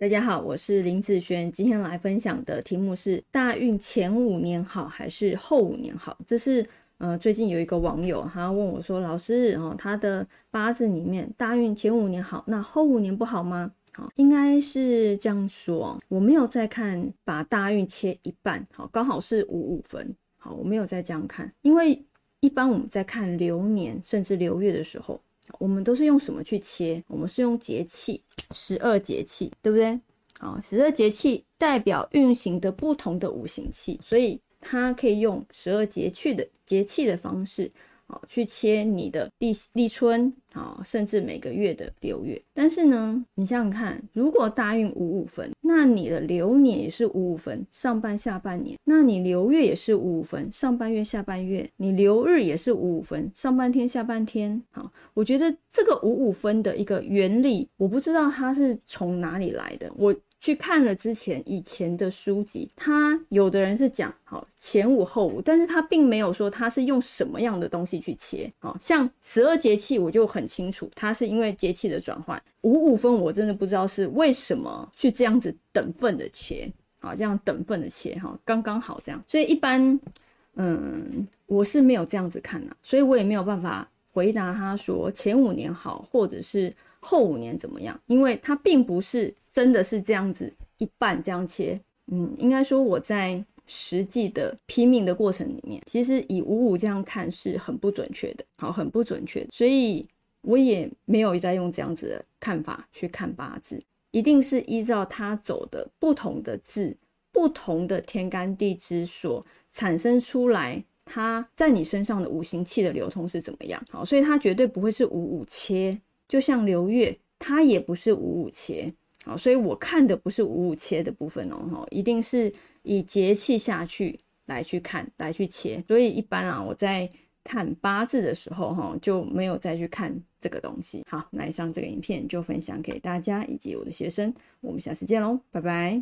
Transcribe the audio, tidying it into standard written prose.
大家好，我是林子璇，今天来分享的题目是大运前5年好还是后5年好？这是最近有一个网友他问我说，老师他的八字里面大运前5年好，那后5年不好吗？好，应该是这样说，我没有在看把大运切一半，好，刚好是5-5分，好，我没有在这样看，因为一般我们在看流年甚至流月的时候，我们都是用什么去切？我们是用节气，12节气，对不对？12节气代表运行的不同的五行气，所以它可以用12节气的方式去切你的立春甚至每个月的流月。但是呢，你想想看，如果大运5-5分，那你的流年也是5-5分，上半下半年，那你流月也是5-5分，上半月下半月，你流日也是5-5分，上半天下半天。我觉得这个5-5分的一个原理，我不知道它是从哪里来的，我去看了以前的书籍，他有的人是讲前5后5，但是他并没有说他是用什么样的东西去切。像12节气我就很清楚，它是因为节气的转换。5-5分我真的不知道是为什么去这样子等份的切，这样等份的切，刚刚好这样。所以一般我是没有这样子看所以我也没有办法回答他说前5年好或者是后5年怎么样，因为它并不是真的是这样子一半这样切。应该说我在实际的拼命的过程里面，其实以5-5这样看是很不准确的，很不准确的，所以我也没有在用这样子的看法去看八字，一定是依照它走的不同的字、不同的天干地支所产生出来它在你身上的五行气的流通是怎么样。所以它绝对不会是5-5切，就像流月它也不是5-5切。所以我看的不是5-5切的部分一定是以节气下去来去看来去切。所以一般我在看八字的时候就没有再去看这个东西。好，那以上这个影片就分享给大家以及我的学生，我们下次见咯，拜拜。